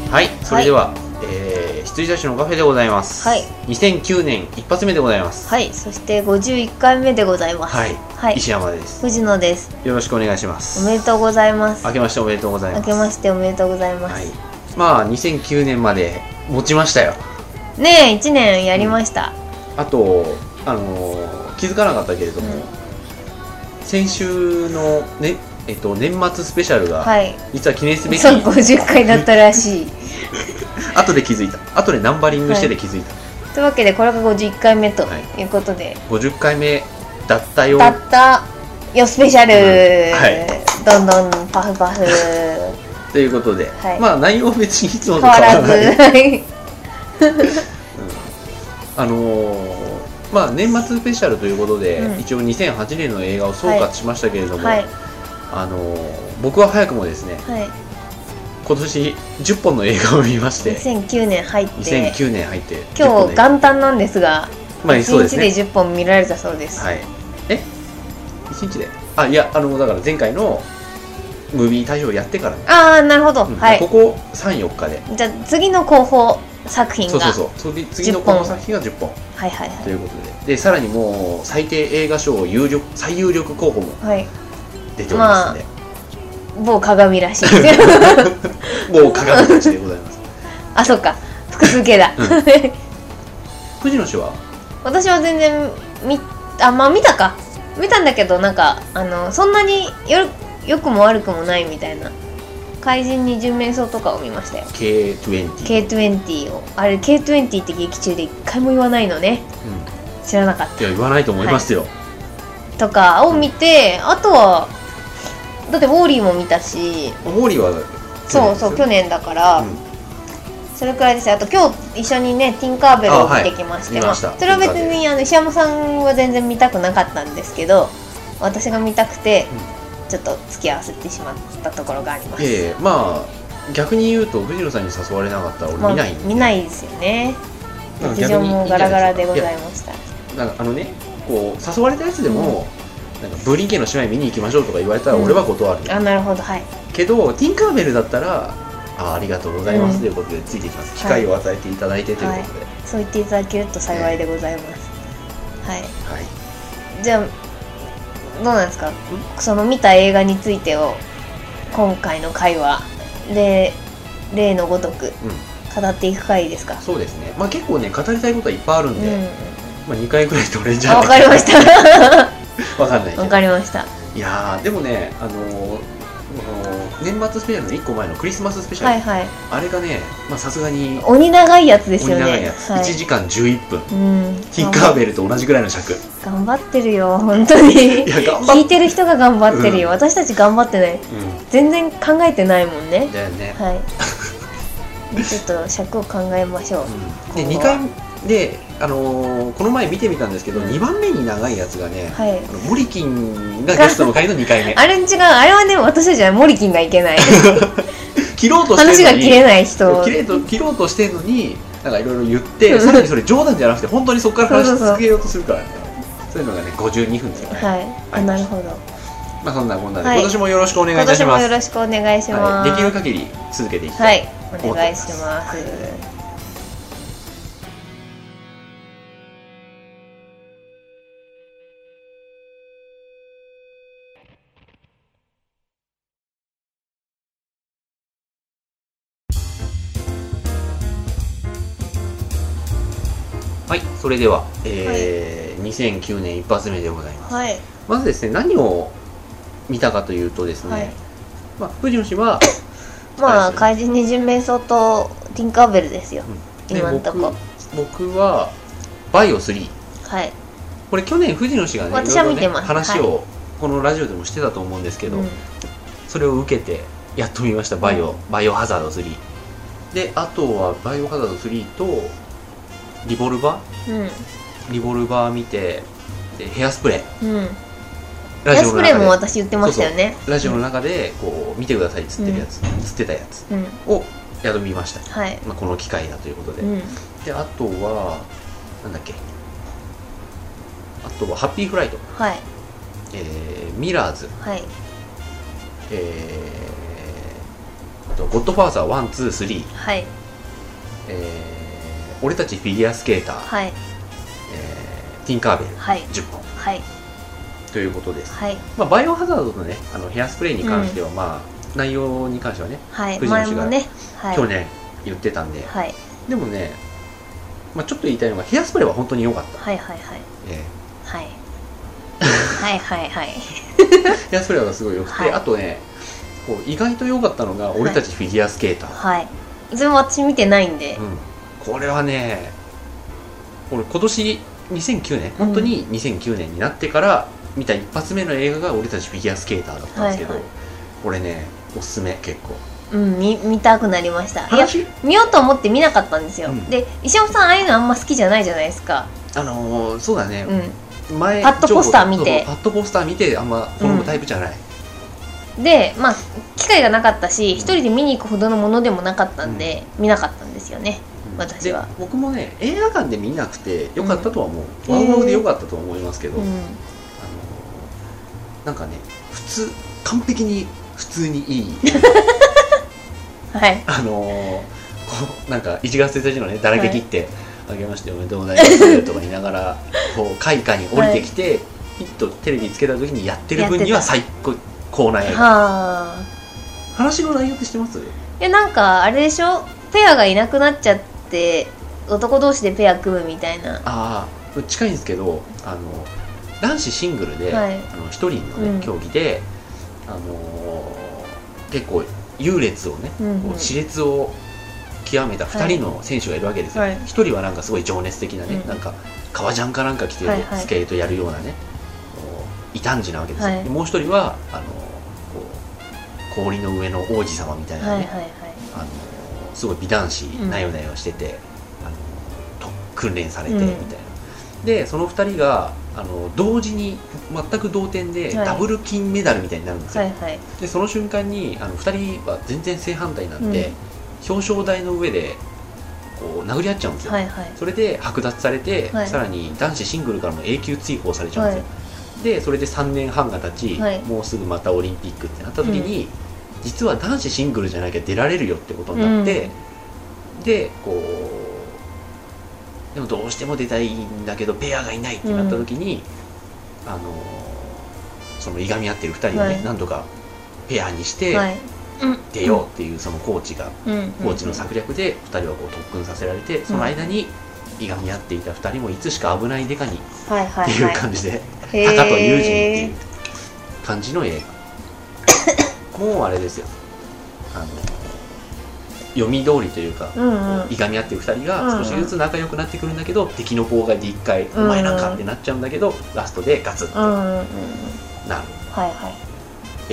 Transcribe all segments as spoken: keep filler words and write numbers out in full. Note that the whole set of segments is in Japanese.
はい、それでは、はい、えー、羊たちのカフェでございます。 はい。 にせんきゅうねん一発目でございます。 はい、そしてごじゅういっかいめでございます。 はい。はい、石山です。 藤野です。 よろしくお願いします。 おめでとうございます。 明けましておめでとうございます。 明けましておめでとうございます。はい。 まあにせんきゅうねんまで持ちましたよ。 ねえ、いちねんやりました。 うん、あとあのー、気づかなかったけれども、うん、先週のね。えっと、年末スペシャルが、はい、実は記念すべきそうごじゅっかいだったらしい後で気づいた後でナンバリングしてで気づいた、はい、 というわけでこれがごじゅういっかいめということで、はい、 ごじゅっかいめだったよだったよスペシャル、うん、はい、どんどんパフパフということで、はい、まあ内容別にいつもと変変わわらず、はいうん、あのーまあ、年末スペシャルということで、うん、一応にせんはちねんの映画を総括しましたけれども、はいはい、あのー、僕は早くもですね、はい、今年じゅっぽんの映画を見まして、 にせんきゅうねん入ってにせんきゅうねん入って今日元旦なんですが、 まあ、 いちにちでじゅっぽん見られたそうです。 はい、えいちにちであいやあのだから前回のムービー大賞をやってからね。 ああなるほど、うん、はい、 ここさん、よっかでじゃあ次の候補作品がそうそうそう次の候補作品がじゅっぽん、 はいはいはい、 ということで、でさらにもう最低映画賞有力最有力候補も出ておりますので、 まあ、某鏡らしいですよ某鏡たちでございますあそっか複数形だ、うん、 藤野氏は私は全然みあまあ見たか見たんだけどなんかあのそんなによよくも悪くもないみたいな怪人二十面相とかを見ましたよ。 ケートゥエンティーケートゥエンティー をあれ ケートゥエンティー って劇中で一回も言わないのね、うん、知らなかった。 いや言わないと思いますよ、はい、 とかを見て、あとはだってウォーリーも見たし、 ウォーリーはそうそう去年だから、うん、それくらいですよ。あと今日一緒にねティンカーベルを見てきまして、 はい、ましたそれは別にあの石山さんは全然見たくなかったんですけど私が見たくて、うん、ちょっと付き合わせてしまったところがあります。 ええ、まあ逆に言うと藤野さんに誘われなかったら俺見ないんで、 まあ、見ないですよね。劇場もガラガラでございました。 なんかあのねこう誘われたやつでも、うん、なんかブリンケンの姉妹見に行きましょうとか言われたら俺は断る、 うん、あなるほど、はい、けどティンカーベルだったら あ, ありがとうございます、うん、ということでついてきます。機会を与えていただいてということで、はい、 そう言っていただけると幸いでございます、えー、はい、はい、じゃあどうなんですか、その見た映画についてを今回の回は例, 例のごとく語っていく回ですか。 そうですね、まあ、結構ね語りたいことはいっぱいあるんで、うん、まあ、にかいぐらい取れんじゃないか。わかりましたわかんないけど、 わかりました。 いやーでもね、あのー、年末スペシャルのいっこまえのクリスマススペシャル、はいはい、あれがねさすがに鬼長いやつですよね。 鬼長いやつ、はい、いちじかんじゅういっぷん、うん、ティンカーベルと同じぐらいの尺。 頑張ってるよ本当にいや聞いてる人が頑張ってるよ、うん、私たち頑張ってない、うん、全然考えてないもんね。 だよね、 はい、ちょっと尺を考えましょう、 うん、でにかいで、あのー、この前見てみたんですけど、うん、にばんめに長いやつがね、はい、あのモリキンがゲストの回のにかいめあれ違う、あれはね私たちはモリキンがいけない切ろうとしてるのに話が切れない人切れと切ろうとしてるのになんかいろいろ言ってさらにそれ冗談じゃなくて本当にそこから話し続けようとするからね、そういうのがねごじゅうにふんですよね。 はい、あなるほど。 まあそんなこんなで、はい、今年もよろしくお願いいたします。 今年もよろしくお願いします、 はい、できる限り続けていきたい、 はい、お願いします、はい。 はい、それでは、えーはい、にせんきゅうねん一発目でございます、 はい、 まずですね何を見たかというとですね、はい、まあ、藤野氏はまあ怪人二十面相とティンカーベルですよ、うん、今のとこ。 僕, 僕はバイオスリー、 はい、 これ去年藤野氏がね私は見てます、 ね、話をこのラジオでもしてたと思うんですけど、うん、それを受けてやっと見ましたバイオ、うん、バイオハザードスリーで、あとはバイオハザードスリーとリボルバー、うん、リボルバー見てでヘアスプレー、うん、 ラジオの中でヘアスプレーも私言ってましたよね。 そうそうラジオの中でこう見てくださいっつってるやつ、うん、つってたやつをやっと見ました、はい、まあ、この機会だということで、うん、であとはなんだっけあとはハッピーフライト、はい、えー、ミラーズ、はい、えー、 とゴッドファーザーワン、ツー、スリー、 はい、 えー、俺たちフィギュアスケーター、 はい、 えー、ティンカーベル、 はい、 じゅっぽん、 はい、 ということです。 はい、 まあ、バイオハザードのね、あのヘアスプレーに関しては、うん、まあ内容に関してはね、 はい、 藤野氏が、 ね、はい、 去年言ってたんで、 はい、 でもね、まあ、ちょっと言いたいのがヘアスプレーは本当に良かった。 はいはいはい、 えー、はいはいはいはいヘアスプレーがすごい良くて、はい、あとねこう意外と良かったのが俺たちフィギュアスケーター、 はい、それも私見てないんで、 うん、これはね俺今年にせんきゅうねん、本当ににせんきゅうねんになってから見た一発目の映画が俺たちフィギュアスケーターだったんですけど、はいはい、これねおすすめ結構。 うん、見, 見たくなりました。いや見ようと思って見なかったんですよ、うん、で石山さんああいうのあんま好きじゃないじゃないですか。 あのー、そうだね、 うん、前パッとポスター見てパッとポスター見てあんま好むタイプじゃない、 うん、でまあ機会がなかったし、うん、一人で見に行くほどのものでもなかったんで、うん、見なかったんですよね、うん、私は。 僕もね映画館で見なくてよかったとは思う、うん、ワウワウでよかったと思いますけど、うん、あのー、なんかね普通完璧に普通にいいはい、 あのー、こうなんかいちがつついたちのねだらけ切って「あげましておめでとうございます」とか言いながらこう階下に降りてきて、はい、ピッとテレビつけた時にやってる分には最高な映画。は話の内容って知ってます？いやなんかあれでしょ、ペアがいなくなっちゃって男同士でペア組むみたいな。 ああ近いんですけど、あの男子シングルで、はい、あのひとりの、ね、うん、競技で、あのー、結構優劣をね、うんうん、こう熾烈を極めたふたりの選手がいるわけですよ、はい、ひとりはなんかすごい情熱的なね、うん、なんか革ジャンかなんか着てスケートやるようなね、はいはい、異端児なわけですよ、はい、でもう一人はあのこう氷の上の王子様みたいなね、はいはいはい、あのすごい美男子なよなよしてて、うん、あのと訓練されてみたいな、うん、でそのふたりがあの同時に全く同点でダブル金メダルみたいになるんですよ、はいはいはい、でその瞬間にあのふたりは全然正反対なんで、うん、表彰台の上でこう殴り合っちゃうんですよ、はいはい、それで剥奪されて、はい、さらに男子シングルからも永久追放されちゃうんですよ、はい、でそれでさんねんはんが経ち、はい、もうすぐまたオリンピックってなった時に、うん、実は男子シングルじゃなきゃ出られるよってことになって、うん、でこうでもどうしても出たいんだけどペアがいないってなった時に、うん、あのそのいがみ合ってるふたりをね、はい、何とかペアにして出ようっていうそのコーチが、うん、コーチの策略でふたりはこう特訓させられて、その間にいがみ合っていたふたりもいつしか危ないデカにっていう感じで、はいはいはい、タカとユージンっていう感じの映画もうあれですよ、あの読み通りというか、うんうん、いがみ合ってるふたりが少しずつ仲良くなってくるんだけど、うんうん、敵の妨害でいっかい、うんうん、お前なんかってなっちゃうんだけどラストでガツッてなる、うんうんうん、 はいはい、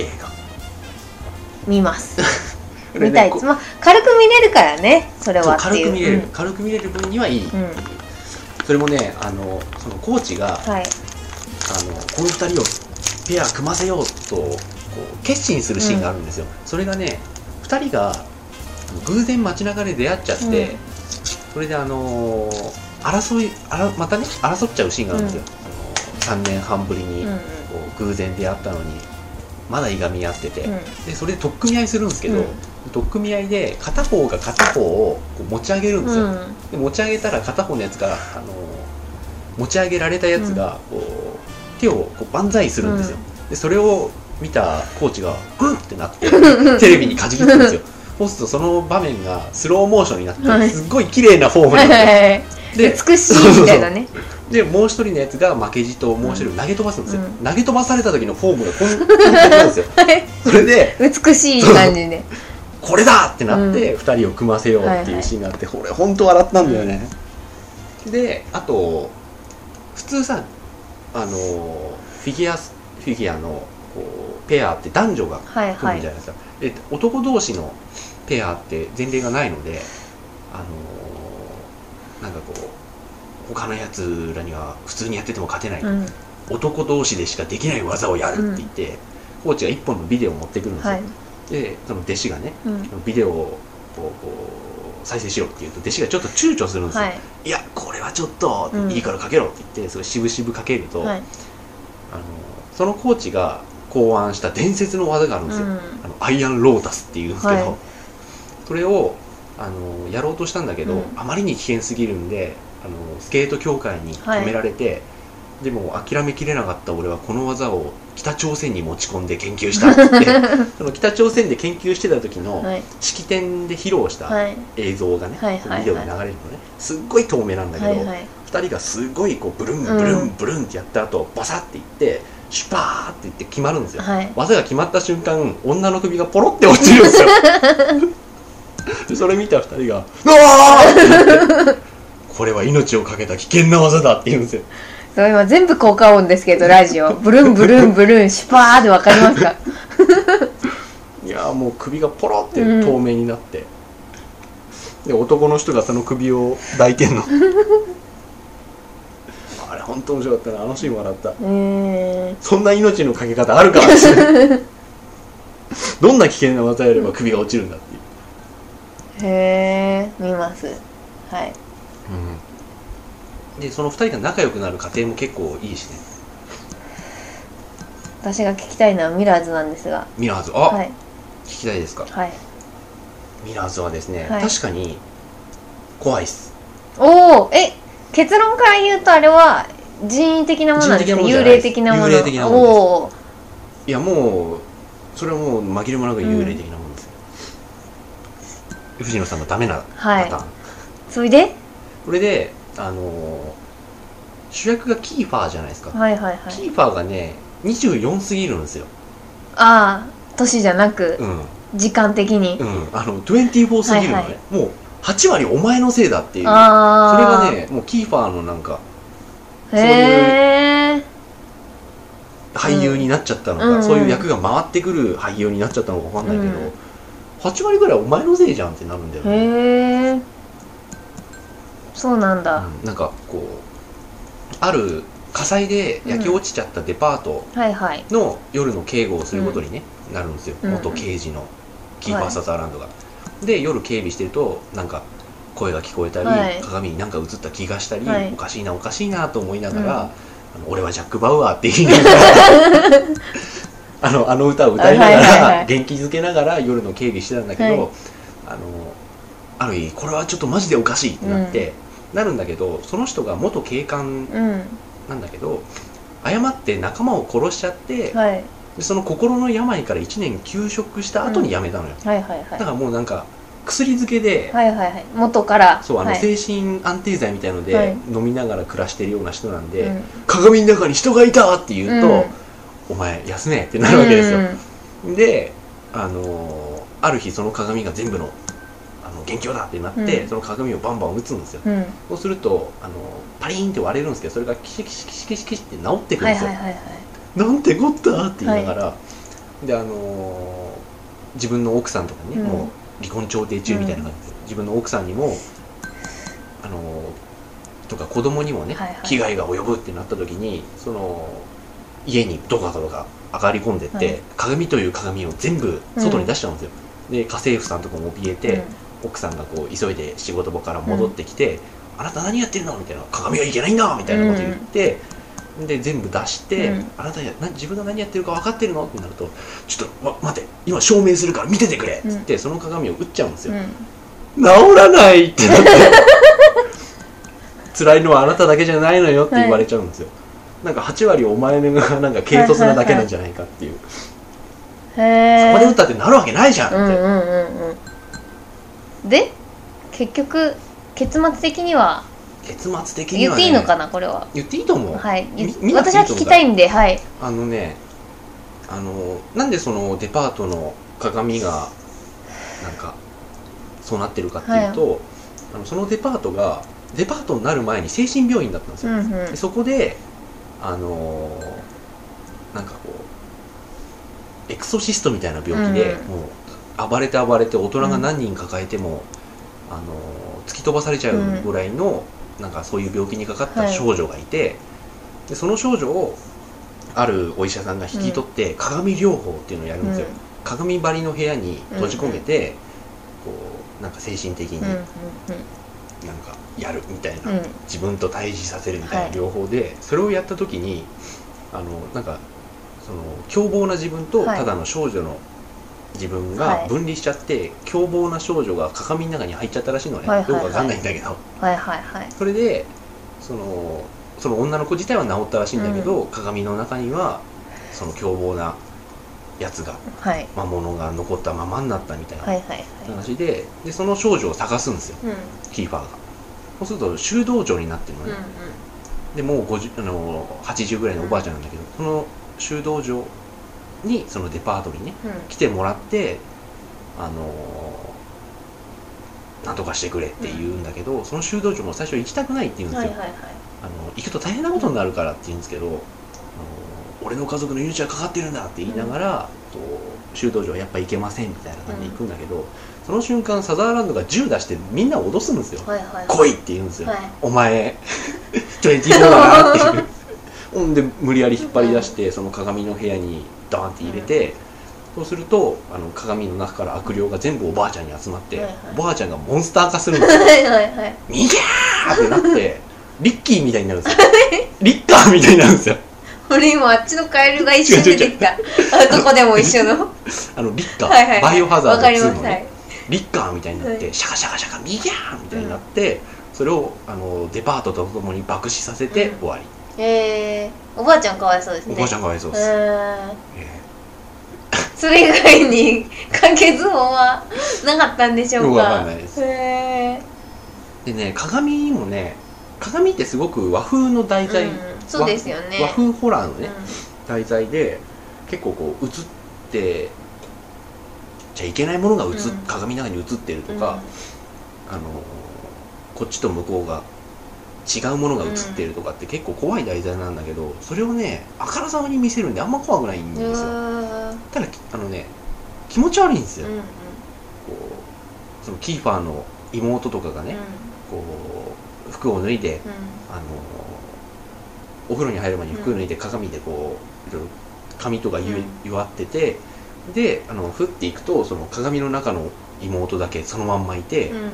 映画見ます見たい、まあ、軽く見れるからね、それはっていう、軽く見れる、 うん、軽く見れる分にはいい、うん、それもね、あのそのコーチが、はい、あのこのふたりをペア組ませようとこう決心するシーンがあるんですよ、うん、それがねふたりが偶然街中で出会っちゃって、うん、それであのー、争いあらまたね争っちゃうシーンがあるんですよ、うん、あのー、さんねんはんぶりにこう偶然出会ったのにまだいがみ合ってて、うん、でそれで取っ組み合いするんですけど、うん、取っ組み合いで片方が片方をこう持ち上げるんですよ、うん、で持ち上げたら片方のやつが、あのー、持ち上げられたやつがこう手をこう万歳するんですよ、うん、でそれを見たコーチがうんってなってテレビにかじきつくんですよそうするとその場面がスローモーションになって、はい、すっごい綺麗なフォームなんですよ、で美しいみたいなねでもう一人のやつが負けじともう一人を投げ飛ばすんですよ、うん、投げ飛ばされた時のフォームがこんな感じなんですよそれで美しい感じでこれだってなってふたりを組ませようっていうシーンがあって、これ本当笑ったんだよね、うん、であと普通さあのフィギュアフィギュアのこうペアって男女が組むじゃないですか、はいはい、で男同士のペアって前例がないので、あのー、なんかこう他のやつらには普通にやってても勝てないと、うん、男同士でしかできない技をやるって言って、うん、コーチが一本のビデオを持ってくるんですよ、はい、でその弟子がね、うん、ビデオをこうこう再生しろって言うと弟子がちょっと躊躇するんですよ、はい、いやこれはちょっと、うん、いいからかけろって言ってそれ渋々かけると、はい、あのそのコーチが考案した伝説の技があるんですよ、うん、あのアイアンロータスっていうんですけど、はい、 それをあのやろうとしたんだけど、 うんあまりに危険すぎるんであのスケート協会に止められて、はい、でも諦めきれなかった俺はこの技を北朝鮮に持ち込んで研究したってその北朝鮮で研究してた時の式典で披露した映像がね、はい、ビデオで流れるのね、すっごい遠目なんだけど、はいはい、ふたりがすごいこうブルンブルンブルンってやった後、うん、バサッていってシュパーっていって決まるんですよ、はい、技が決まった瞬間女の首がポロって落ちるんですよでそれ見たふたりが「うわー!」ってこれは命をかけた危険な技だって言うんですよ。 そう今全部効果音ですけどラジオブルンブルンブルンシュパーで分かりますかいやもう首がポロって透明になって、うん、で男の人がその首を抱いてんのあれ本当面白かったな、あのシーン笑った、えー、そんな命のかけ方あるかどんな危険な技やれば首が落ちるんだっていう。 へえ見ますはい、 うん、でそのふたりが仲良くなる過程も結構いいしね。 私が聞きたいのはミラーズなんですが。 ミラーズあ、はい、聞きたいですか。はい、ミラーズはですね、はい、確かに怖いっす。 おおえ結論から言うとあれは人為的なものなんですか。幽霊的なもの。 幽霊的なものです。おいやもうそれはもう紛れもなく幽霊的なものですよ、うん、藤野さんのダメなパターン、はい、 それでそれであのー、主役がキーファーじゃないですか、 はいはいはい、 キーファーがねにじゅうよん過ぎるんですよ。 ああ年じゃなく、うん、時間的に、 うん、あのにじゅうよん過ぎるのね、はいはい、もうはち割お前のせいだっていう。あそれがねもうキーファーのなんかそういう俳優になっちゃったのか、うん、そういう役が回ってくる俳優になっちゃったのか分かんないけど、うん、はち割ぐらいお前のせいじゃんってなるんだよね。 へえそうなんだ、 うん、なんかこうある火災で焼き落ちちゃったデパートの夜の警護をすることに、ねうん、なるんですよ、元刑事のキーファー・サザーランドが、はい、で夜警備してるとなんか声が聞こえたり、はい、鏡になんか映った気がしたり、はい、おかしいなおかしいなと思いながら、うん、あの俺はジャック・バウアーって言いながらあのあの歌を歌いながら、はいはいはい、元気づけながら夜の警備してたんだけど、はい、あのある日これはちょっとマジでおかしいってなって、うん、なるんだけどその人が元警官なんだけど、うん、誤って仲間を殺しちゃって、はい、でその心の病からいちねん休職した後に辞めたのよ、うんはいはいはい、だからもうなんか薬漬けで、はいはいはい、 元からそうあの、はい、精神安定剤みたいので、はい、飲みながら暮らしてるような人なんで、うん、鏡の中に人がいたって言うと、うん、お前休めってなるわけですよ、うん、であのある日その鏡が全部のあの元凶だってなって、うん、その鏡をバンバン打つんですよ、うん、そうするとあのパリーンって割れるんですけどそれがキシキシキシキシキシって治ってくるんですよ、はいはいはいはい、なんてこったって言いながら、はい、であの自分の奥さんとかにね、うん、もう離婚調停中みたいな感じで、うん、自分の奥さんにもあのとか子供にもね、はいはい、危害が及ぶってなった時にその家にドカドカ上がり込んでって、はい、鏡という鏡を全部外に出しちゃうんですよ、うん、で家政婦さんとかも怯えて、うん、奥さんがこう急いで仕事場から戻ってきて、うん、あなた何やってるのみたいな、鏡はいけないんだみたいなこと言って、うん、で全部出して、うん、あなたやな自分が何やってるか分かってるのってなるとちょっと待って今証明するから見ててくれっつって、うん、その鏡を打っちゃうんですよ、うん、治らないってなって辛いのはあなただけじゃないのよって言われちゃうんですよ、はい、なんかはち割お前がなんか軽率なだけなんじゃないかっていう、はいはいはい、そこで打ったってなるわけないじゃんって、うんうんうんうん、で結局結末的には結末的には、 ね、言っていいのかなこれは。 言っていいと思う、 はい、私は聞きたいんで、はい、 あのねあのなんでそのデパートの鏡がなんかそうなってるかっていうと、はい、あのそのデパートがデパートになる前に精神病院だったんですよ、うんうん、でそこであのなんかこうエクソシストみたいな病気で、うん、もう暴れて暴れて大人が何人抱えても、うん、あの突き飛ばされちゃうぐらいの、うん、なんかそういう病気にかかった少女がいて、はい、でその少女をあるお医者さんが引き取って、うん、鏡療法っていうのをやるんですよ、うん、鏡張りの部屋に閉じ込めて、うん、こうなんか精神的になんかやるみたいな、うん、自分と対峙させるみたいな療法で、はい、それをやった時にあのなんかその凶暴な自分とただの少女の自分が分離しちゃって、はい、凶暴な少女が鏡の中に入っちゃったらしいのね、はいはいはい、よくわかんないんだけど、 はいはいはい、 それでそのその女の子自体は治ったらしいんだけど、うん、鏡の中にはその凶暴なやつが、はい、魔物が残ったままになったみたいな話で、はいはいはい、でその少女を探すんですよ、うん、キーファーが。そうすると修道場になってるのね、うんうん、でもうごじゅうあのはちじゅうぐらいのおばあちゃんなんだけど、うん、その修道場にそのデパートにね、うん、来てもらってあのなんとかしてくれって言うんだけど、うん、その修道場も最初行きたくないって言うんですよ、はいはいはい、あの行くと大変なことになるからって言うんですけど、うん、あの俺の家族の命がかかってるんだって言いながら、うん、修道場はやっぱ行けませんみたいな感じで行くんだけど、うん、その瞬間サザーランドが銃出してみんなを脅すんですよ、はいはいはい、来いって言うんですよ、はい、お前にじゅうよんだなっていうほんで無理やり引っ張り出してその鏡の部屋にドーンって入れて、うん、そうするとあの鏡の中から悪霊が全部おばあちゃんに集まって、はいはい、おばあちゃんがモンスター化するんですよはいはいはい、逃げーってなってリッキーみたいになるんですよリッカーみたいになるんですよ。 俺今あっちのカエルが一瞬出てきたあどこでも一緒のあのリッカー、はいはいはい、バイオハザードツーのね、 はい、 リッカーみたいになって、はい、シャカシャカシャカミギャーみたいになって、うん、それをあのデパートとともに爆死させて終わり、 うん、えー、おばあちゃんかわいそうですね。 おばあちゃんかわいそうです、えーえー、それ以外に完結法はなかったんでしょうか。 わかんないです、えー、でね鏡もね鏡ってすごく和風の題材、うん、 そうですよね、 和風ホラーのね、うん、題材で結構こう映ってじゃいけないものが映、うん、鏡の中に映ってるとか、うん、あのこっちと向こうが違うものが映ってるとかって結構怖い題材なんだけど、それをねあからさまに見せるんであんま怖くないんですよ。ただあのね気持ち悪いんですよ、うんうん、こうそのキーファーの妹とかがね、うん、こう服を脱いで、うん、あのお風呂に入る前に服を脱いで鏡でこういろいろ髪とかゆ、うん、弱ってて、であのふっていくとその鏡の中の妹だけそのまんまいて、うん、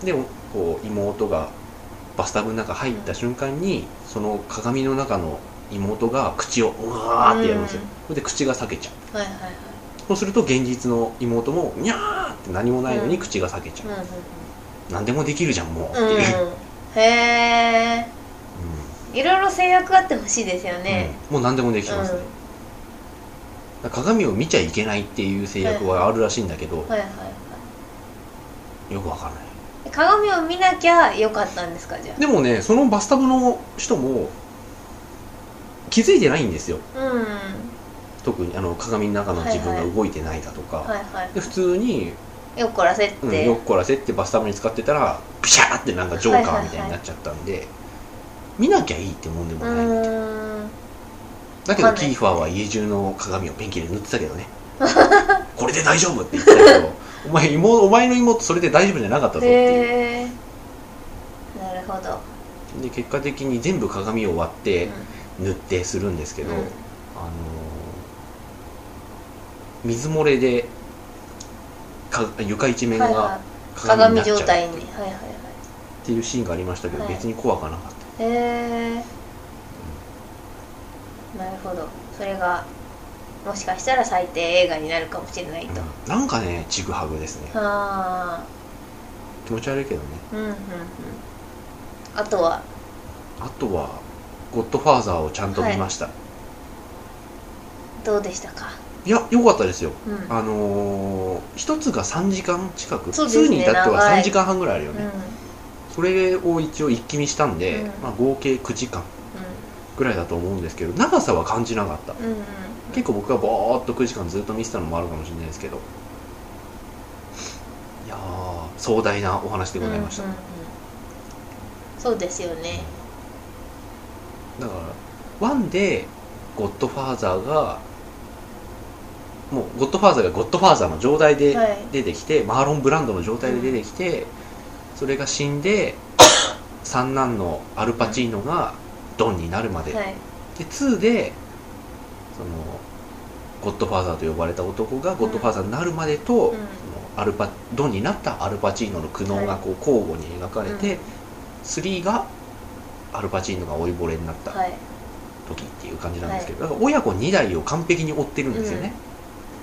でこう妹がバスタブの中入った瞬間に、うん、その鏡の中の妹が口をうわーってやるんですよ、うん、それで口が裂けちゃう、はいはいはい、そうすると現実の妹もニャーって何もないのに口が裂けちゃう、うんうんうん、何でもできるじゃんもうっていう、うん、へえ、うん、いろいろ制約あってほしいですよね、 うん、もう何でもできますね、うん、鏡を見ちゃいけないっていう制約はあるらしいんだけど、はいはいはい、よくわかんない。 鏡を見なきゃよかったんですか。じゃあでもねそのバスタブの人も気づいてないんですよ、うん、特にあの鏡の中の自分が動いてないだとか、はいはい、で普通によっこらせって、うん、 よっこらせってバスタブに使ってたらピシャーってなんかジョーカーみたいになっちゃったんで、はいはいはい、見なきゃいいってもんでもないみたいな。だけどキーファーは家中の鏡をペンキで塗ってたけどねこれで大丈夫って言ってたけどお前妹、お前の妹それで大丈夫じゃなかったぞっていう。 なるほど。 で結果的に全部鏡を割って塗ってするんですけど、うん、あの水漏れでか床一面が鏡になっちゃうっていう、はいはいはい、っていうシーンがありましたけど、はい、別に怖くはなかった。へえ、 うん、なるほど。それがもしかしたら最低映画になるかもしれないと、うん、 なんかねちぐはぐですね。あ気持ち悪いけどね、うんうんうん、 あとはあとはゴッドファーザーをちゃんと見ました、はい、 どうでしたか。 いや良かったですよ、うん、あのー、一つがさんじかん近く、そうですね、に至ってはさんじかんはんぐらいあるよね、うん、それを一応一気見したんで、うん、まあ、合計くじかんぐらいだと思うんですけど長さは感じなかった、うんうん、結構僕がボーっとくじかんずっと見てたのもあるかもしれないですけど、いやー壮大なお話でございました、うんうんうん、 そうですよね。 だからワンでゴッドファーザーがもうゴッドファーザーがゴッドファーザーの状態で出てきて、はい、マーロン・ブランドの状態で出てきて、うん、それが死んで三男のアルパチーノがドンになるまで、はい、でツーでそのゴッドファーザーと呼ばれた男がゴッドファーザーになるまでと、うん、そのアルパドンになったアルパチーノの苦悩がこう交互に描かれて、はい、スリーがアルパチーノが老いぼれになった時っていう感じなんですけど、だから親子にだいを完璧に追ってるんですよね、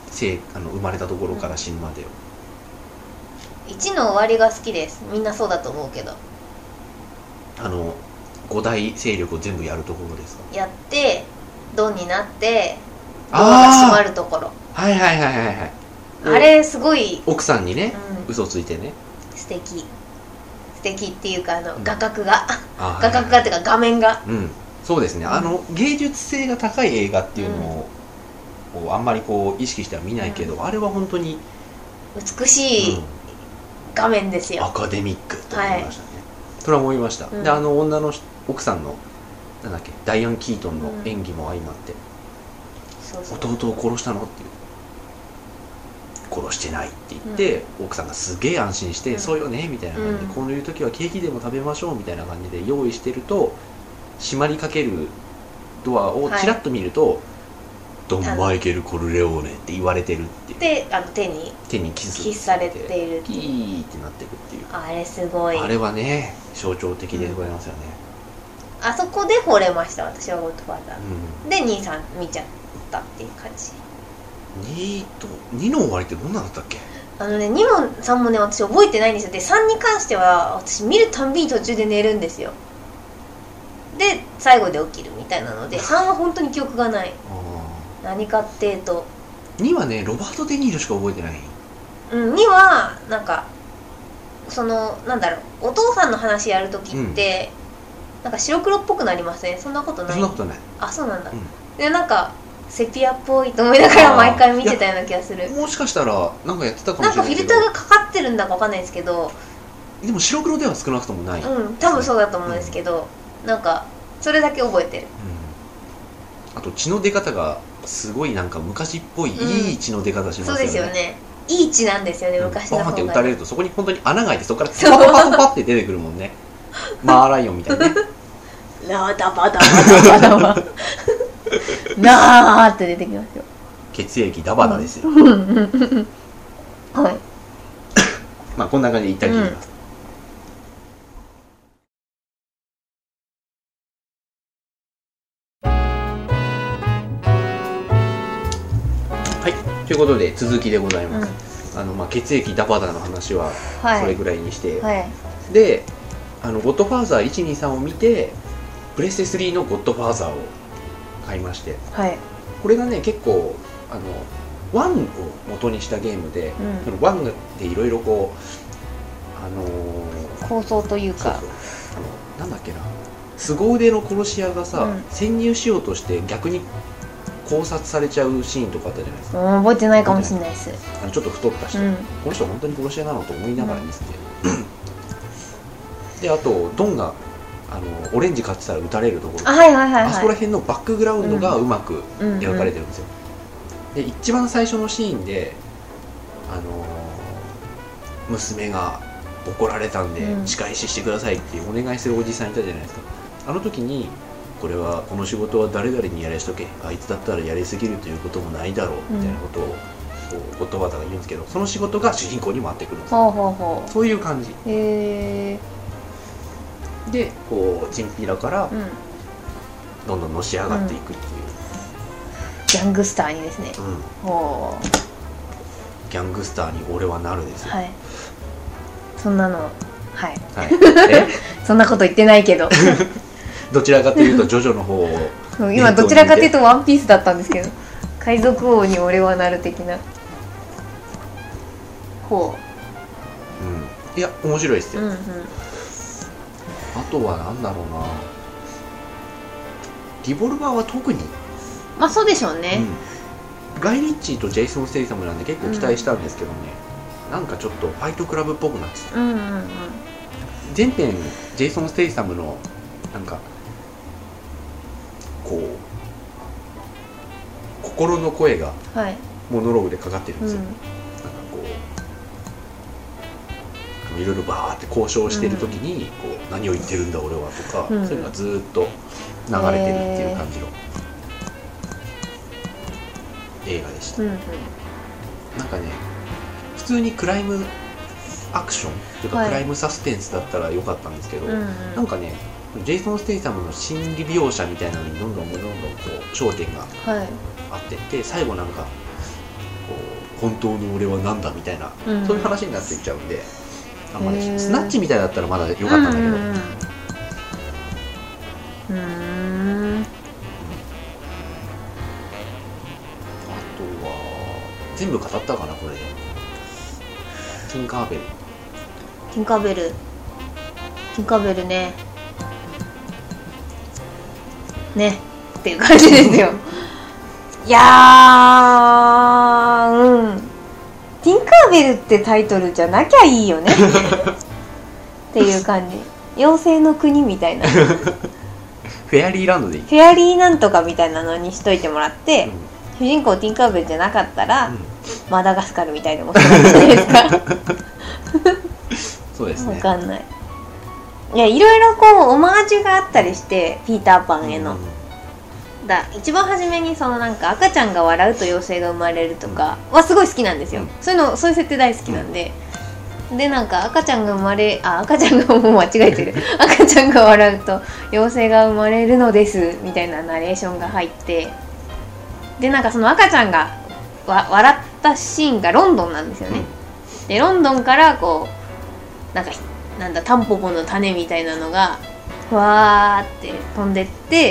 せあの生まれたところから死ぬまでを、 いちの終わりが好きです。みんなそうだと思うけど、 あの五大勢力を全部やるところですか。 やってドンになってドアが閉まるところ。 はいはいはいはいはい。 あれすごい奥さんにね、 うん、 嘘ついてね、 素敵素敵っていうか、あの、うん、画角が画角がっていうか画面が、 うん、そうですね、うん、あの芸術性が高い映画っていうのを、うん、あんまりこう意識しては見ないけど、うん、あれは本当に美しい画面ですよ、 うん、アカデミックと思いましたね、はい、それは思いました、うん、であの女の奥さんのなんだっけダイアン・キートンの演技も相まって、うん、そうそう弟を殺したのっていう殺してないって言って、うん、奥さんがすげえ安心して、うん、そうよねみたいな感じで、うん、こういう時はケーキでも食べましょうみたいな感じで用意してると、閉まりかけるドアをちらっと見ると、はい、ドン・マイケル・コルレオーネって言われてるっていう。 で、あの手に手にキスキスされているピーってなってるっていう。 あれすごい。 あれはね象徴的でございますよね、 うん、あそこで惚れました私はゴッドファーザー、うん、で兄さん見ちゃったっていう感じ。 にとにの終わりってどんなだったっけ。 あのねにもさんもね私覚えてないんですよ。でさんに関しては私見るたんびに途中で寝るんですよ。で最後で起きるみたいなのでさんは本当に記憶がない。何かっていうとにはねロバート・デ・ニーロしか覚えてない。 うん、にはなんかそのなんだろうお父さんの話やるときって、うん、なんか白黒っぽくなりません？そんなことない？ そんなことない。 あ、そうなんだ、うん、でなんかセピアっぽいと思いながら毎回見てたような気がする。 もしかしたらなんかやってたかもしれないけど、 なんかフィルターがかかってるんだかわかんないですけど、 でも白黒では少なくともない、 うん、多分そうだと思うんですけど、うん、なんかそれだけ覚えてる、 うん、あと血の出方がすごいなんか昔っぽい、うん、いい血の出方しますよね。そうですよね、 いい血なんですよね、昔の方が。 バーンって打たれるとそこに本当に穴が開いてそこからパパパパパって出てくるもんね。マーライオンみたいなね。 ラダバダバダバダバなーって出てきますよ。 血液ダバダですよ、 うん、はい。 まあこんな感じで一旦切ります、うん、はい、ということで続きでございます、うん、あのまあ血液ダバダの話はそれぐらいにして、はいはい、であのゴッドファーザーいち、に、さんを見てプレステスリーのゴッドファーザーを買いまして、はい、これがね結構あのワンを元にしたゲームで、うん、そのワンでいろいろこうあのー、 構想というか、 そうそう、あのなんだっけな、凄腕の殺し屋がさ、うん、潜入しようとして逆に考察されちゃうシーンとかあったじゃないですか。 うん、覚えてないかもしれないです。 あのちょっと太った人、うん、この人本当に殺し屋なのと思いながら見せて、うん、であとドンがあのオレンジ買ってたら撃たれるところ、 あ、はいはいはいはい、 あそこら辺のバックグラウンドがうまく描かれてるんですよ、うんうんうん、で一番最初のシーンで、あのー、娘が怒られたんで仕返ししてくださいっていうお願いするおじさんいたじゃないですか。あの時にこれはこの仕事は誰々にやらしとけ、あいつだったらやりすぎるということもないだろうみたいなことを、うん、ゴッドファーザーが言うんですけど、その仕事が主人公に回ってくるんですよ。ほうほうほう、そういう感じ。へー。でこうチンピラからどんどんのし上がっていくっていう、うん、 ギャングスターにですね、うん、ほう、 ギャングスターに俺はなるですよ、 はい、そんなの、はい、はい、 えそんなこと言ってないけどどちらかというとジョジョの方を今どちらかというとワンピースだったんですけど、海賊王に俺はなる的な、ほう、うん、いや面白いですよ、うんうん、あとはなんだろうな、リボルバーは特に、 まあそうでしょうね、 うん、ガイ・リッチーとジェイソン・ステイサムなんで結構期待したんですけどね、うん、なんかちょっとファイトクラブっぽくなってた、うんうんうん、前編ジェイソン・ステイサムのなんかこう心の声がモノローグでかかってるんですよ、はい、なんかこういろいろバーって交渉してる時にこう、うん、何を言ってるんだ俺はとか、うん、そういうのがずっと流れてるっていう感じの映画でした、うんうん、なんかね普通にクライムアクションというか、はい、クライムサスペンスだったらよかったんですけど、うんうん、なんかねジェイソン・ステイサムの心理描写みたいなのにどんどんどんどんこう焦点があってて、はい、最後なんかこ本当の俺はなんだみたいな、 うん、 そういう話になっていっちゃうんで、あんまりスナッチみたいだったらまだよかったんだけど、うん、うんうん、 あとは全部語ったかなこれで。ティンカーベルティンカーベルティンカーベルねねっていう感じですよいやー、うん、ティンカーベルってタイトルじゃなきゃいいよねっていう感じ。妖精の国みたいなフェアリーランドでいい。 フェアリーなんとかみたいなのにしといてもらって、うん、主人公ティンカーベルじゃなかったら、うん、マダガスカルみたいでもそうなんじゃないですかそうですね。 わかんない。いや、いろいろこうオマージュがあったりしてピーターパンへの、うん、だ一番初めにそのなんか赤ちゃんが笑うと妖精が生まれるとかはすごい好きなんですよ、うん、そういうのそういう設定大好きなんで、うん、でなんか赤ちゃんが生まれあ赤ちゃんがもう間違えてる赤ちゃんが笑うと妖精が生まれるのですみたいなナレーションが入って、でなんかその赤ちゃんがわ笑ったシーンがロンドンなんですよね、うん、でロンドンからこうなんかなんだタンポポの種みたいなのがふわーって飛んでって、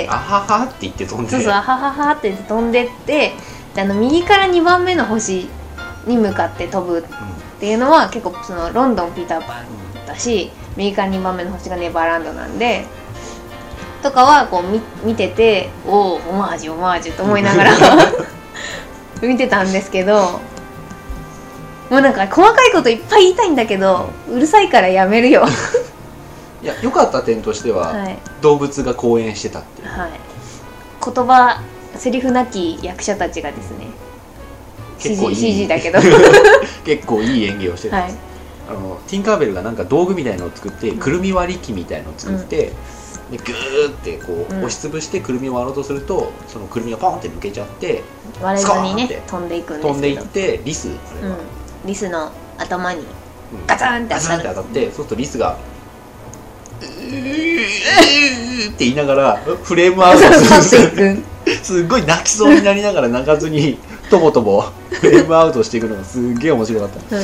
あははって言って飛んで、 そうそうあはははって飛んでって、であの右からにばんめの星に向かって飛ぶっていうのは結構そのロンドンピーターパンだし、右からにばんめの星がネバーランドなんでとかはこう 見, 見てておおオマージュオマージュと思いながら見てたんですけど、もうなんか細かいこといっぱい言いたいんだけど、うん、うるさいからやめるよいや良かった点としては、はい、動物が講演してたっていう、はい、 言葉セリフなき役者たちがですね、 結構いいシージー だけど結構いい演技をしてた、はい、あのティンカーベルがなんか道具みたいなのを作って、うん、くるみ割り機みたいなのを作って、うん、でグーってこう、うん、押しつぶしてくるみを割ろうとするとそのくるみがポンって抜けちゃって割れずにね飛んでいくんですけど、 飛んでいってリスあれは、うん、 リスの頭にガチャンって当たる、 うん、ガチャンって当たって、そうするとリスがうーって言いながらフレームアウトするすっごい泣きそうになりながら泣かずにとぼとぼフレームアウトしていくのがすっげえ面白かった、うん、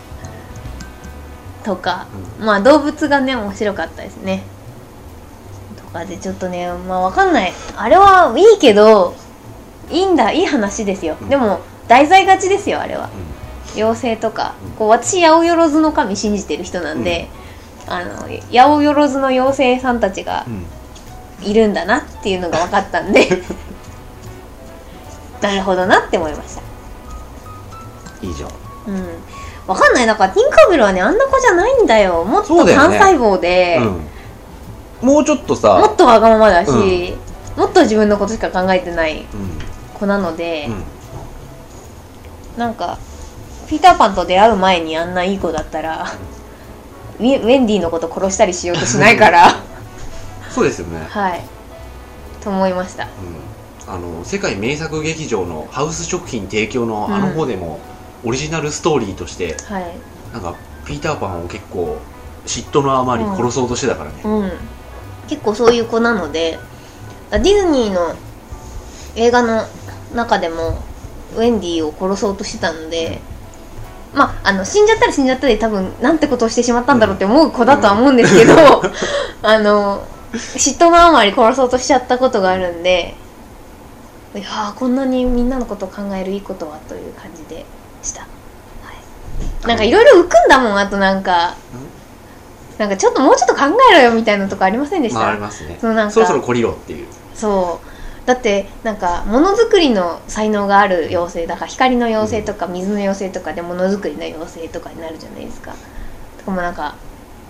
とか、うん、まあ動物がね面白かったですねとかでちょっとねまあわかんない、あれはいいけどいいんだいい話ですよ、うん、でも題材勝ちですよあれは、うん、妖精とか、うん、こう私八百万の神信じてる人なんで、うん、あの八百万の妖精さんたちがいるんだなっていうのが分かったんで、うん、なるほどなって思いました。 以上。 うん。分かんない、だからティンカーベルはねあんな子じゃないんだよ。もっと単細胞で、ね、 うん、もうちょっとさもっとわがままだし、うん、もっと自分のことしか考えてない子なので、うんうん、なんかピーターパンと出会う前にあんないい子だったらウェンディのこと殺したりしようとしないからそうですよね、 はいと思いました、 うん、あの世界名作劇場のハウス食品提供のあの方でも、うん、オリジナルストーリーとして、はい、なんかピーターパンを結構嫉妬のあまり殺そうとしてたからね、 うんうん、結構そういう子なのでディズニーの映画の中でもウェンディを殺そうとしてたので、うん、まあ、あの死んじゃったら死んじゃったで多分なんてことをしてしまったんだろうって思う子だとは思うんですけど、うん、あの嫉妬のあまり殺そうとしちゃったことがあるんで、いやーこんなにみんなのことを考えるいいことはという感じでした、はい、なんかいろいろ浮くんだもん。あとなんか、うん、なんかちょっともうちょっと考えろよみたいなとこありませんでした？ まあ、ありますね。 そのなんかそろそろ懲りろっていう。 そうだってなんかものづくりの才能がある妖精だから光の妖精とか水の妖精とかでものづくりの妖精とかになるじゃないですか。とかもなんか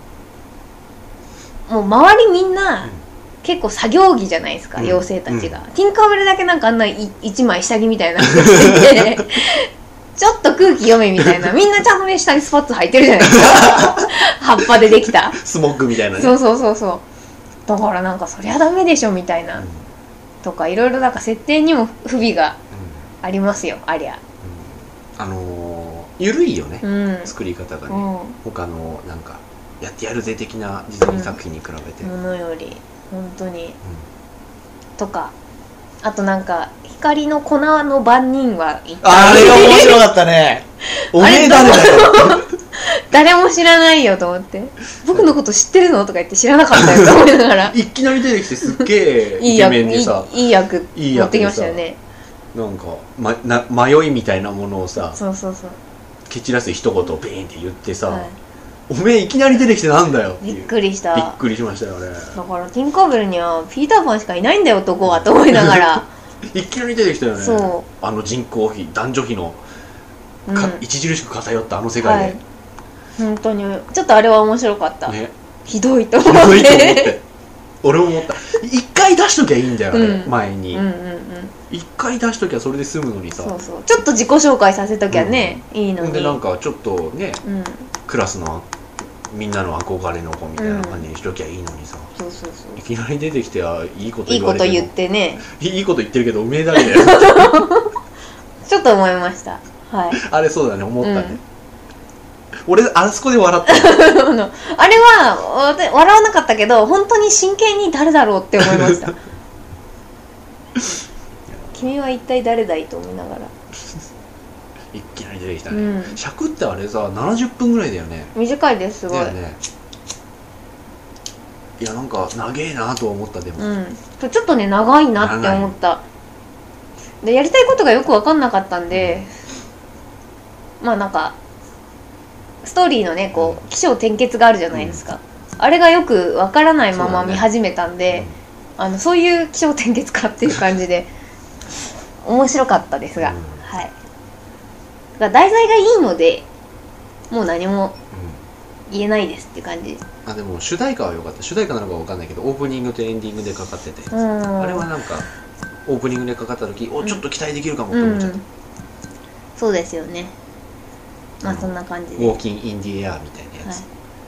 もう周りみんな、うん、結構作業着じゃないですか、うん、妖精たちが、うん、ティンカーベルだけなんかあんな一枚下着みたいな服しててちょっと空気読めみたいな、みんなちゃんとね下にスパッツ履いてるじゃないですか葉っぱでできたスモッグみたいなね。 そうそうそうそう、だからなんかそりゃダメでしょみたいな、うん、とかいろいろなんか設定にも不備がありますよ、うん、ありゃ、 うん、あのー、緩いよね、うん、作り方がね、うん、他のなんかやってやるぜ的なディズニー作品に比べて、 うん、ものより本当に、うん、とかあとなんか光の粉の番人はいた。 あれが面白かったね。おめえ誰だよ。 誰も知らないよと思って、僕のこと知ってるのとか言って知らなかったよと思いながらいきなり出てきてすっげえイケメンでさ、 いい役持ってきましたよね。 なんか、ま、な迷いみたいなものをさ、 そうそうそう、 蹴散らす一言をベーンって言ってさ、 はい、 おめえいきなり出てきてなんだよっていう。 びっくりした。 びっくりしましたよね。 だからティンカーベルにはピーターパンしかいないんだよ男はと思いながらいきなり出てきたよね。 そう、 あの人口比男女比のか、うん、著しく偏ったあの世界で、はい、 本当にちょっとあれは面白かった、ね、ひどいと思ってひどいと思って俺も思った。一回出しときゃいいんだよ、うん、前に、うんうんうん、一回出しときゃそれで済むのにさ、 そうそう、ちょっと自己紹介させときゃね、うん、いいのに。 でなんかちょっとね、うん、クラスのみんなの憧れの子みたいな感じにしときゃいいのにさ、うん、そうそうそう、いきなり出てきてはいいこと言われてもいいこと言ってね、 いいこと言ってるけどおめえだけだよちょっと思いました、はい、あれそうだね、思ったね、うん、俺あそこで笑ったあれは笑わなかったけど本当に真剣に誰だろうって思いました君は一体誰だいと思いながらいきなり出てきたね、うん、尺ってあれさななじゅっぷんぐらいだよね。 短いです、すごい、 ね、いやなんか長えなと思った。でも、 うん、ちょっとね長いなって思った。でやりたいことがよく分かんなかったんで、うん、まあなんかストーリーのねこう起承転結があるじゃないですか、うん、あれがよく分からないまま見始めたんで、ね、うん、あのそういう起承転結かっていう感じで面白かったですが、うん、はい、だから題材がいいのでもう何も言えないですっていう感じ。 うん、あでも主題歌は良かった。主題歌なのか分かんないけどオープニングとエンディングでかかってて、うん、あれはなんかオープニングでかかった時、うん、おちょっと期待できるかもって思っちゃった、うん、 そうですよね。まあそんな感じでウォーキン・イン・ディ・エアみたいなやつ、はい、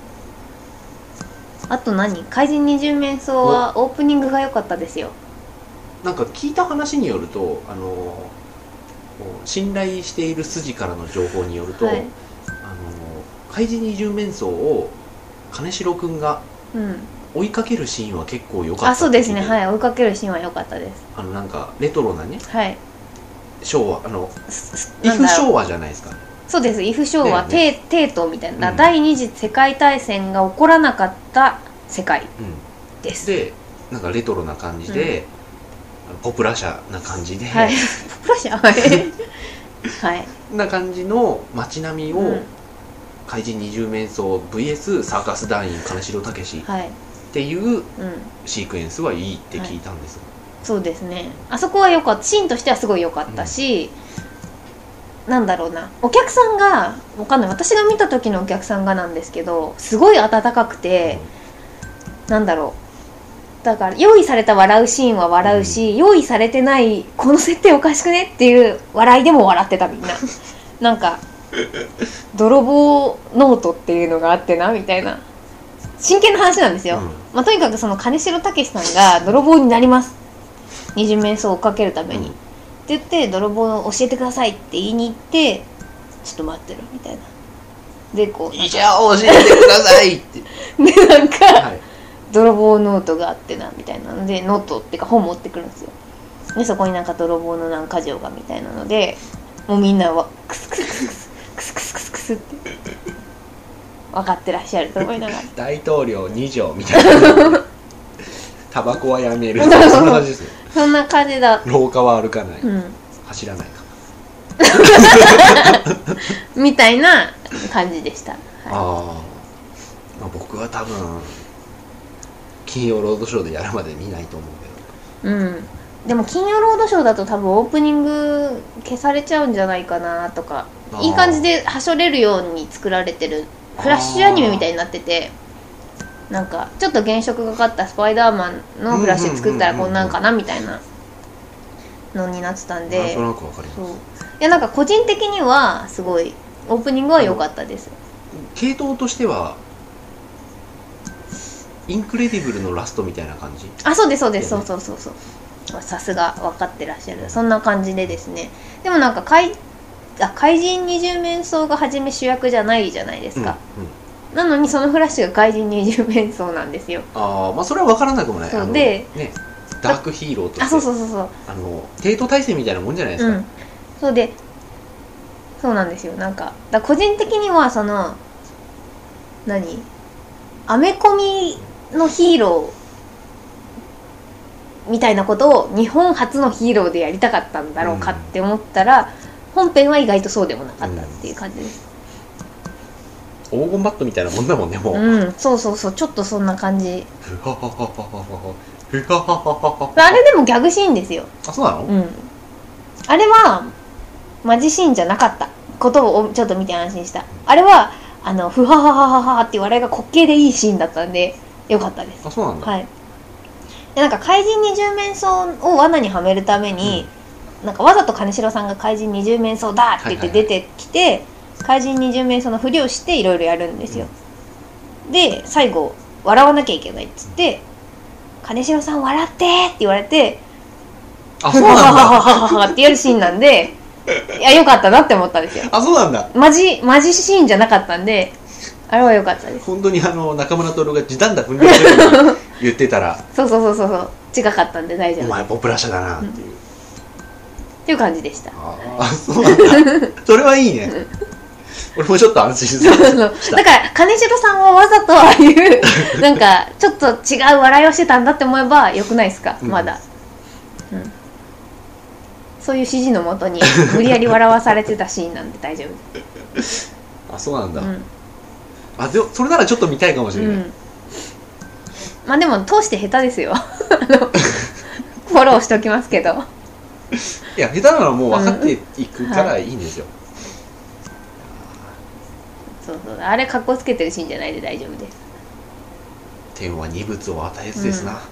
あと何怪人二十面相はオープニングが良かったですよ。 なんか聞いた話によると、あの信頼している筋からの情報によると、はい、あの怪人二十面相を金城くんが追いかけるシーンは結構良かった、うん、あそうですね、はい、追いかけるシーンは良かったです。あのなんかレトロなね、はい、昭和、あのイフ昭和じゃないですかね。 そうです、イフ昭和、ね、帝都みたいな、うん、第二次世界大戦が起こらなかった世界です、 うん、でなんかレトロな感じで、うん、ポプラ社な感じで、 はい、ポプラ社はい、はい、 な感じの街並みを、うん、怪人二十面相 ブイエス サーカス団員金城武っていうシークエンスはいいって聞いたんです、はい、 そうですね、あそこは良かった。シーンとしてはすごい良かったし、うん、なんだろうな、お客さんがわかんない、私が見た時のお客さんがなんですけどすごい温かくて、うん、なんだろう、だから用意された笑うシーンは笑うし、うん、用意されてないこの設定おかしくねっていう笑いでも笑ってたみんななんか泥棒ノートっていうのがあってなみたいな真剣な話なんですよ、うん、まあ、とにかくその金城武さんが泥棒になります、二十面相を追っかけるために、うん、って言って泥棒を教えてくださいって言いに行ってちょっと待ってろみたいなでこうじゃあ教えてくださいってでなんか、はい、泥棒ノートがあってなみたいなのでノートっていうか本持ってくるんですよ。でそこになんか泥棒のなんか箇条がみたいなのでもうみんなはクスクスクスクスクスクスクスクスって分かってらっしゃると思いながら大統領に条みたいなタバコはやめるそんな感じですよ。 そんな感じだ。 廊下は歩かない、うん、走らないかみたいな感じでした、はい、 あ、まあ僕は多分金曜ロードショーでやるまで見ないと思うけど、うん、でも金曜ロードショーだと多分オープニング消されちゃうんじゃないかなとか、いい感じではしょれるように作られてるフラッシュアニメみたいになってて、なんかちょっと原色がかったスパイダーマンのフラッシュ作ったらこんなんかなみたいなのになってたんで、 なんとなくわかります。 そう、いやなんか個人的にはすごいオープニングは良かったです。 系統としてはインクレディブルのラストみたいな感じ。 あ、そうですそうです、そうそうそうそう、さすが分かってらっしゃる。そんな感じでですね、でもなんか怪あ怪人二十面相が初め主役じゃないじゃないですか、うんうん、なのにそのフラッシュが怪人二十面相なんですよ。 ああ、まあそれは分からなくもない。 そうで、 ね、 ダークヒーローとして、 あそうそうそうそう、 あの帝都大戦みたいなもんじゃないですか、 うん、そうでそうなんですよ。なんかだ個人的にはその何アメコミのヒーローみたいなことを日本初のヒーローでやりたかったんだろうかって思ったら、うん、本編は意外とそうでもなかったっていう感じです、 うん、黄金バットみたいなもんだもんねもう、 うん、そうそうそう、ちょっとそんな感じ。 ふはははははふはははは。 あれでもギャグシーンですよ。 あ、そうなの？ うん、あれはマジシーンじゃなかったことをちょっと見て安心した。あれはあのふはははははっていう笑いが滑稽でいいシーンだったんでよかったです。 あ、そうなんだ。 はい。でなんか怪人二十面相を罠にはめるために、うん、なんかわざと金城さんが怪人二十面相だって言って出てきて、はいはいはい、怪人二十面相のふりをしていろいろやるんですよ、うん、で最後笑わなきゃいけないっつって金城さん笑ってって言われて、 あ、そうなんだってやるシーンなんでいや良かったなって思ったんですよ。 あ、そうなんだ。 マジマジシーンじゃなかったんであれは良かったです。 本当にあの中村徹が時短だ踏んでる言ってたらそうそうそうそう近かったんで大丈夫。 お前ポプラ社だなっていう、うん、 っていう感じでした。 ああ、そうなんだ。それはいいね。俺もちょっと安心する。 そうそうだから金城さんはわざとああいうなんかちょっと違う笑いをしてたんだって思えばよくないですか、うん、まだ、うん、そういう指示のもとに無理やり笑わされてたシーンなんで大丈夫。 あ、そうなんだ、 うん、 あ、でもそれならちょっと見たいかもしれない、うん、 まあでも通して下手ですよフォローしておきますけど。 いや下手なのはもう分かっていくからいいんですよ、うん、はい、 そうそう、あれ格好つけてるシーンじゃないで大丈夫です。 天は二物を与えずですな、うん、い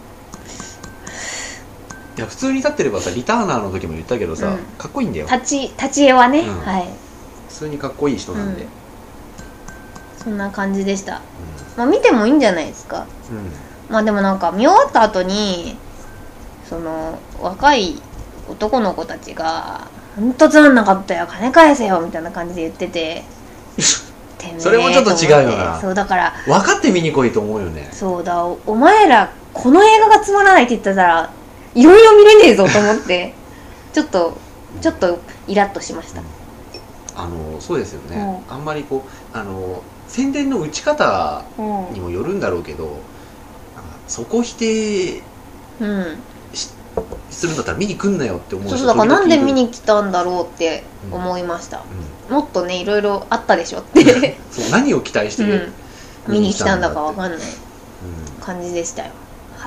や普通に立ってればさ、リターナーの時も言ったけどさ、うん、かっこいいんだよ。 立ち立ち絵はね、うん、はい、 普通にかっこいい人なんで、うん、 そんな感じでした、うん、まあ見てもいいんじゃないですか、うん、まあでもなんか見終わった後にその若い男の子たちがほんとつまんなかったよ金返せよみたいな感じで言っててそれもちょっと違うよな。 そうだから分かって見に来いと思うよね。 そうだ、 お, お前らこの映画がつまらないって言ってたらいろいろ見れねえぞと思ってちょっとちょっとイラッとしました、うん、 あのそうですよね、うん、あんまりこうあの宣伝の打ち方にもよるんだろうけど、うん、そこ否定、うんするんだったら見に来んなよって思う。 そうそう、だからなんで見に来たんだろうって思いました、うんうん、もっとねいろいろあったでしょってそう何を期待して、 うん、見に来たんだかわかんない感じでしたよ、はい、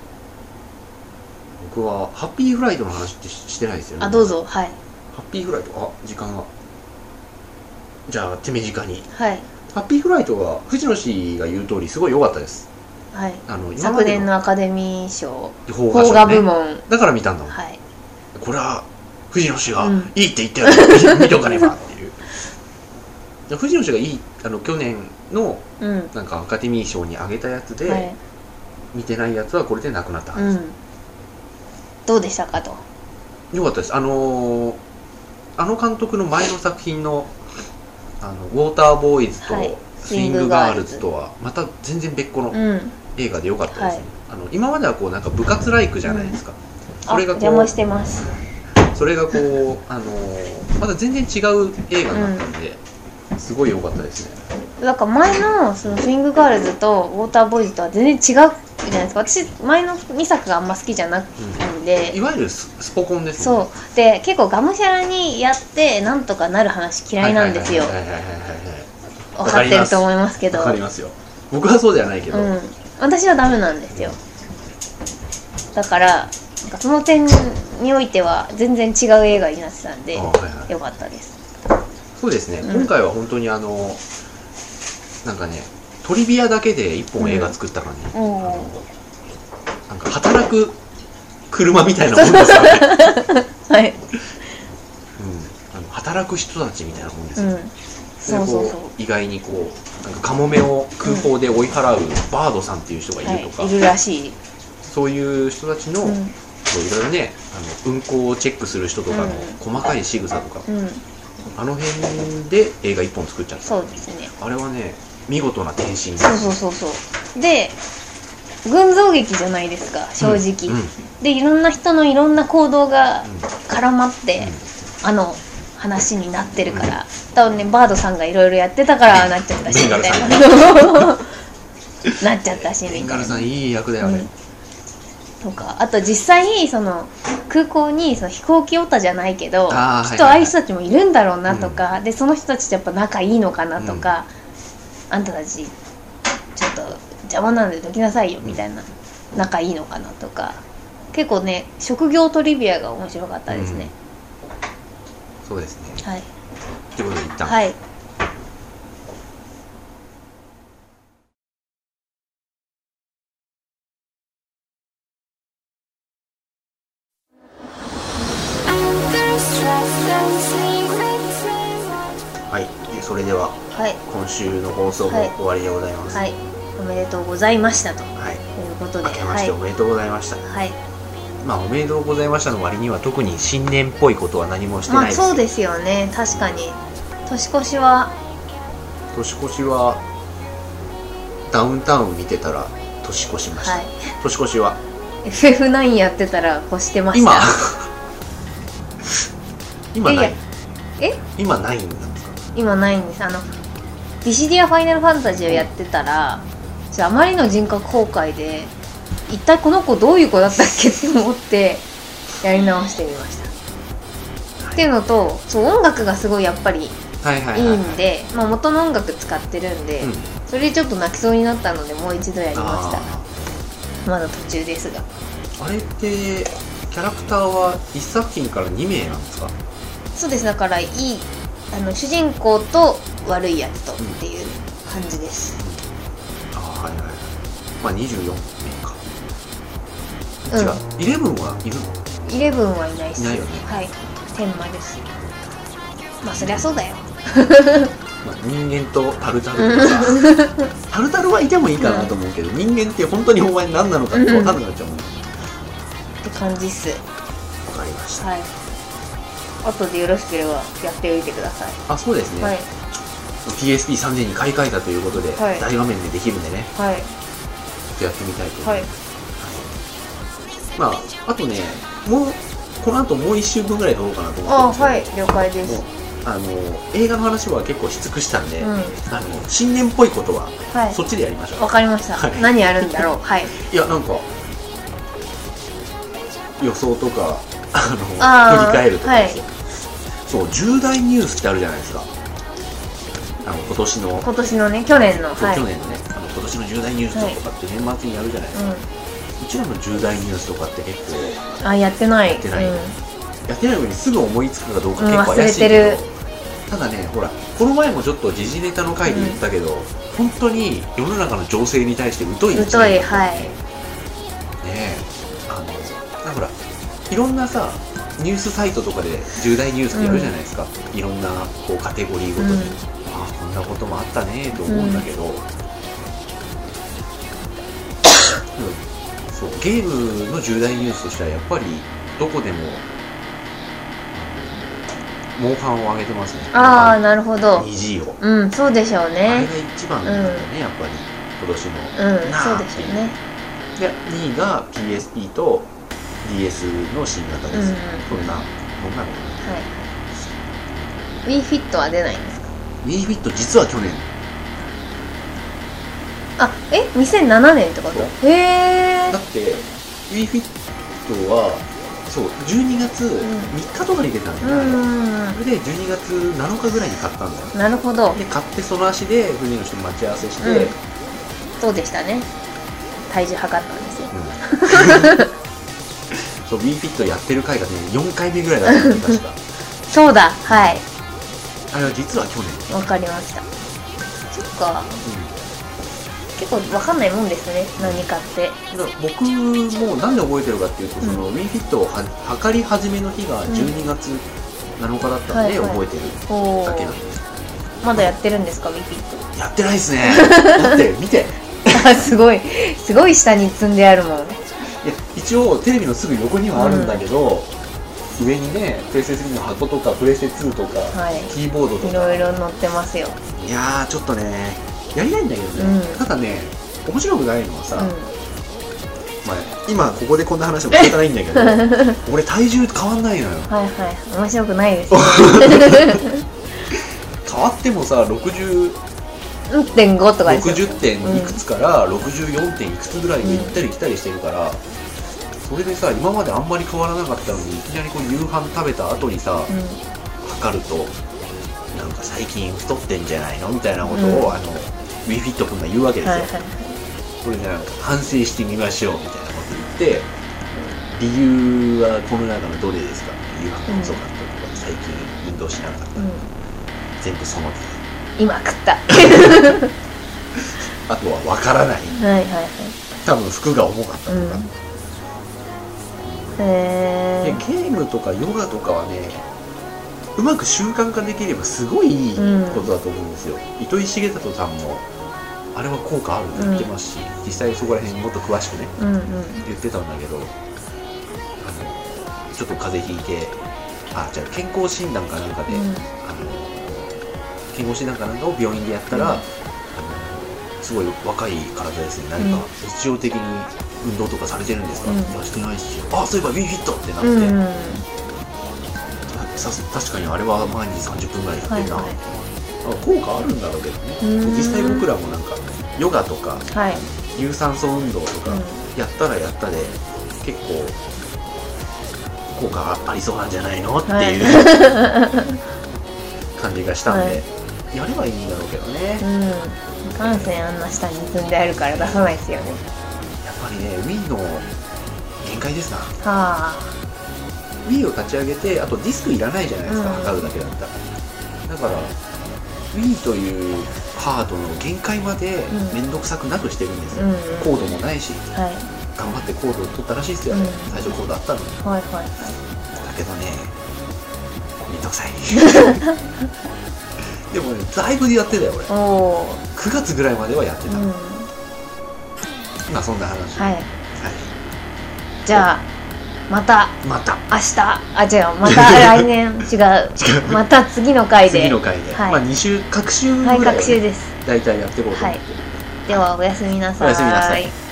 僕はハッピーフライトの話ってしてないですよね。 あ、どうぞ。はい。 ハッピーフライト、あ、時間がじゃあ手短に、 はい、 ハッピーフライトは藤野氏が言う通りすごい良かったです。 はい、あの昨年のアカデミー賞邦画、ね、 画部門だから見たんだもん、 はい、 これは藤野氏がいいって言ってやる、うん、見ておかねばっていう藤野氏がいいあの去年のなんかアカデミー賞にあげたやつで、はい、見てないやつはこれでなくなったはず、うん、 どうでしたかと。 よかったです。あのー、あの監督の前の作品のあのウォーターボーイズと、はい、スイングガールズとはまた全然別個の映画で良かったですね、うん、はい、あの今まではこうなんか部活ライクじゃないですか、 うん、それがこう邪魔してます。 それがこうあのまた全然違う映画だったんで、うん、すごい良かったですね。 だから前のそのスイングガールズとウォーターボーイズとは全然違うじゃないですか。私前のにさくがあんま好きじゃなくて、 うん、いわゆる ス, スポコンですね。 そうで結構がむしゃらにやってなんとかなる話嫌いなんですよ。分かってると思いますけど。 分かりますよ。僕はそうではないけど、うん、 私はダメなんですよ。だからなんかその点においては全然違う映画になってたんで、はいはい、よかったです。 そうですね、うん、今回は本当にあのなんかねトリビアだけで一本映画作った感じ、うん、あのなんか働く車みたいなもんですよねはい、うん、 あの働く人たちみたいなもんですよ、うん、 そうそうそう。 意外にこうなんかカモメを空港で追い払うバードさんっていう人がいるとか、 はい、いるらしい。 そういう人たちの、うん、いろいろねあの運行をチェックする人とかの細かい仕草とか、うん、あの辺で映画一本作っちゃった。 そうですね。 あれはね見事な転身。 そうそうそうそう。で群像劇じゃないですか正直、 うんうん、 でいろんな人のいろんな行動が絡まって、うん、あの話になってるから、うん、多分ねバードさんがいろいろやってたからなっちゃったしみたいななっちゃったしみたいな。ベンガルさんいい役だよね、うんとか、あと実際その空港にその飛行機オタじゃないけどきっとああいう人たちもいるんだろうなとか、うん、でその人たちとやっぱ仲いいのかなとか、うん、あんたたちちょっと邪魔なんでどきなさいよみたいな、仲いいのかなとか、結構ね職業トリビアが面白かったですね、 うん、そうですね。 はいということで一旦はいはい、それでは、はい、今週の放送も終わりでございます。 はい、はい、おめでとうございましたと、 はい、 いうことで、 明けましておめでとうございました。 はい、 まあおめでとうございましたの割には特に新年っぽいことは何もしてないです。 まあそうですよね、確かに。年越しは年越しはダウンタウン見てたら年越しました。はい、年越しはエフエフナイン やってたら越してました。 今今ない。 え今ないんですか？ 今ないんです。あのディシディアファイナルファンタジーをやってたら、あまりの人格崩壊で一体この子どういう子だったっけって思ってやり直してみました、はい、っていうのと、そう音楽がすごいやっぱりいいんで、まあ、元の音楽使ってるんで、うん、それでちょっと泣きそうになったのでもう一度やりました。まだ途中ですが。 あれってキャラクターはいっさく品からに名なんですか？ そうです。だからいいあの主人公と悪いやつとっていう感じです、 うん、ああはいはい。まあにじゅうよんめいか。違う、うん、イレブンはいるの？ イレブンはいないし、 いないよね。 はい、天魔です。まあそりゃそうだよまあ人間とタルタルとかタルタルはいてもいいかなと思うけど、うん、人間って本当にお前何なのかって分かんなくなっちゃうもん、うん、 って感じっす。 わかりました。 はい、後でよろしければやっておいてください。 あ、そうですね、はい、ピーエスピーさんぜん に買い替えたということで、はい、大画面でできるんでね、はい、ちょっとやってみたいと思います、はい、まああとね、もうこの後もういっしゅうぶんぐらい撮ろうかなと思ってるんですけど、 あ、はい、了解です。 あの映画の話は結構し尽くしたんで、うん、あの新年っぽいことは、はい、そっちでやりましょう。 わかりました、はい、何やるんだろうはい。 いや、なんか予想とかあの振り返るとか、はい、そう重大ニュースってあるじゃないですか。あの今年の今年のね、去年の、 はい、去年のね、あの今年の重大ニュースとかって年末にやるじゃないですか、はい、うん、うちらの重大ニュースとかって結構あやってないやってない、うん、やってないのにすぐ思いつくかどうか結構怪しいけど、うん、忘れてる。ただね、ほらこの前もちょっと時事ネタの回で言ったけど、うん、本当に世の中の情勢に対して疎いんですよ。 疎い、はい。 ねえ、あのほらいろんなさニュースサイトとかで重大ニュースってやるじゃないですか、うん、いろんなこうカテゴリーごとに、うん、ああこんなこともあったねと思うんだけど、うん、そうゲームの重大ニュースとしてはやっぱりどこでもモンハンを上げてますね。 ああ、なるほど。 にジー を、 うん、そうでしょうね。 あれが一番なんだよね、うん、やっぱり今年の、 うん、そうでしょうね。 でにいが ピーエスピー と ディーエス の新型です、うん、そんなもんなのかな。 はいはい。 WiiFit は出ないんですか？ WiiFit 実は去年、 あ、えにせんななねんってこと？へえ。 だって WiiFit はそうじゅうにがつみっかとかに出たんだよ、うん、それでじゅうにがつなのかぐらいに買ったんだよ。 なるほど。 で買ってその足で船の人に待ち合わせして、うん、 そうでしたね。体重測ったんですよ、 うん、そう WiiFit やってる回がねよんかいめぐらいだったんで確かそうだ、はい。 あれは実は去年。 わかりました。そっか、うん結構わかんないもんですね、何かって。 だから僕もなんで覚えてるかっていうと、うん、その WiiFit をは測り始めの日がじゅうにがつなのかだったんで、覚えてるだけなんです。 まだやってるんですか WiiFit？ やってないですねだって見てあ、すごいすごい下に積んであるもん。いや一応テレビのすぐ横にはあるんだけど、うん、上にねプレステスリーの箱とかプレステツーとか、はい、キーボードとかいろいろ載ってますよ。 いやーちょっとねやりたいんだけどね、うん、ただね面白くないのはさ、うん、 まあ、今ここでこんな話も仕方ないんだけど俺体重変わんないのよ。 はいはい、面白くないですね変わってもさろくじゅういってんご とかですよ。 ろくじゅってんいくつからろくじゅうよんてんいくつぐらいに行ったり来たりしてるから、うん、それでさ今まであんまり変わらなかったのにいきなりこう夕飯食べた後にさ、うん、測るとなんか最近太ってんじゃないのみたいなことを、うん、あのウィフィット君が言うわけですよ、はいはい、これでなんか反省してみましょうみたいなこと言って、理由はこの中のどれですか、夕飯が遅かったとか、うん、最近運動しなかった、うん、全部その今食ったあとは分からない、 はいはいはい、 多分服が重かったとか、うん、 へでゲームとかヨガとかはねうまく習慣化できればすごいいいことだと思うんですよ、うん、糸井重里さんもあれは効果あるって言ってますし、うん、実際そこら辺もっと詳しくね、うんうん、言ってたんだけど、あのちょっと風邪ひいて、あじゃあ健康診断かなんかで、うん、あの健康診断かなんかを病院でやったら、うん、あのすごい若い体ですね、何か日常的に運動とかされてるんですか、うん、いやしてないっすよ、あそういえば WeFit ってなって、うんうん、さ確かにあれは毎日さんじゅっぷんぐらいやってるな、はいはい、効果あるんだろうけどね。実際僕らもなんかヨガとか、はい、有酸素運動とかやったらやったで、うん、結構効果ありそうなんじゃないのっていう、はい、感じがしたんで、はい、やればいいんだろうけどね。 うん、感染あんな下に積んであるから出さないですよね。 やっぱりね Wii の限界ですな。はあ、 Wii を立ち上げて、あとディスクいらないじゃないですか、うん、測るだけだったら。だからWii というハードの限界まで面倒くさくなくしてるんですよ、うんうん、コードもないし、はい、頑張ってコードを取ったらしいですよ、ね、うん、最初コードあったのに、はいはいはい、だけどねめんどくさいでもねだいぶやってたよ俺。おくがつぐらいまではやってた、うん、まあそんな話、はい、はい、 じゃあまたまた明日あ違うまた来年違う違うまた次の回で次の回で、はい、まあに週各週ぐらい、ね、 はい、各週です。 大体やっていこうと思って、はい、 ではおやすみなさい。 おやすみなさい。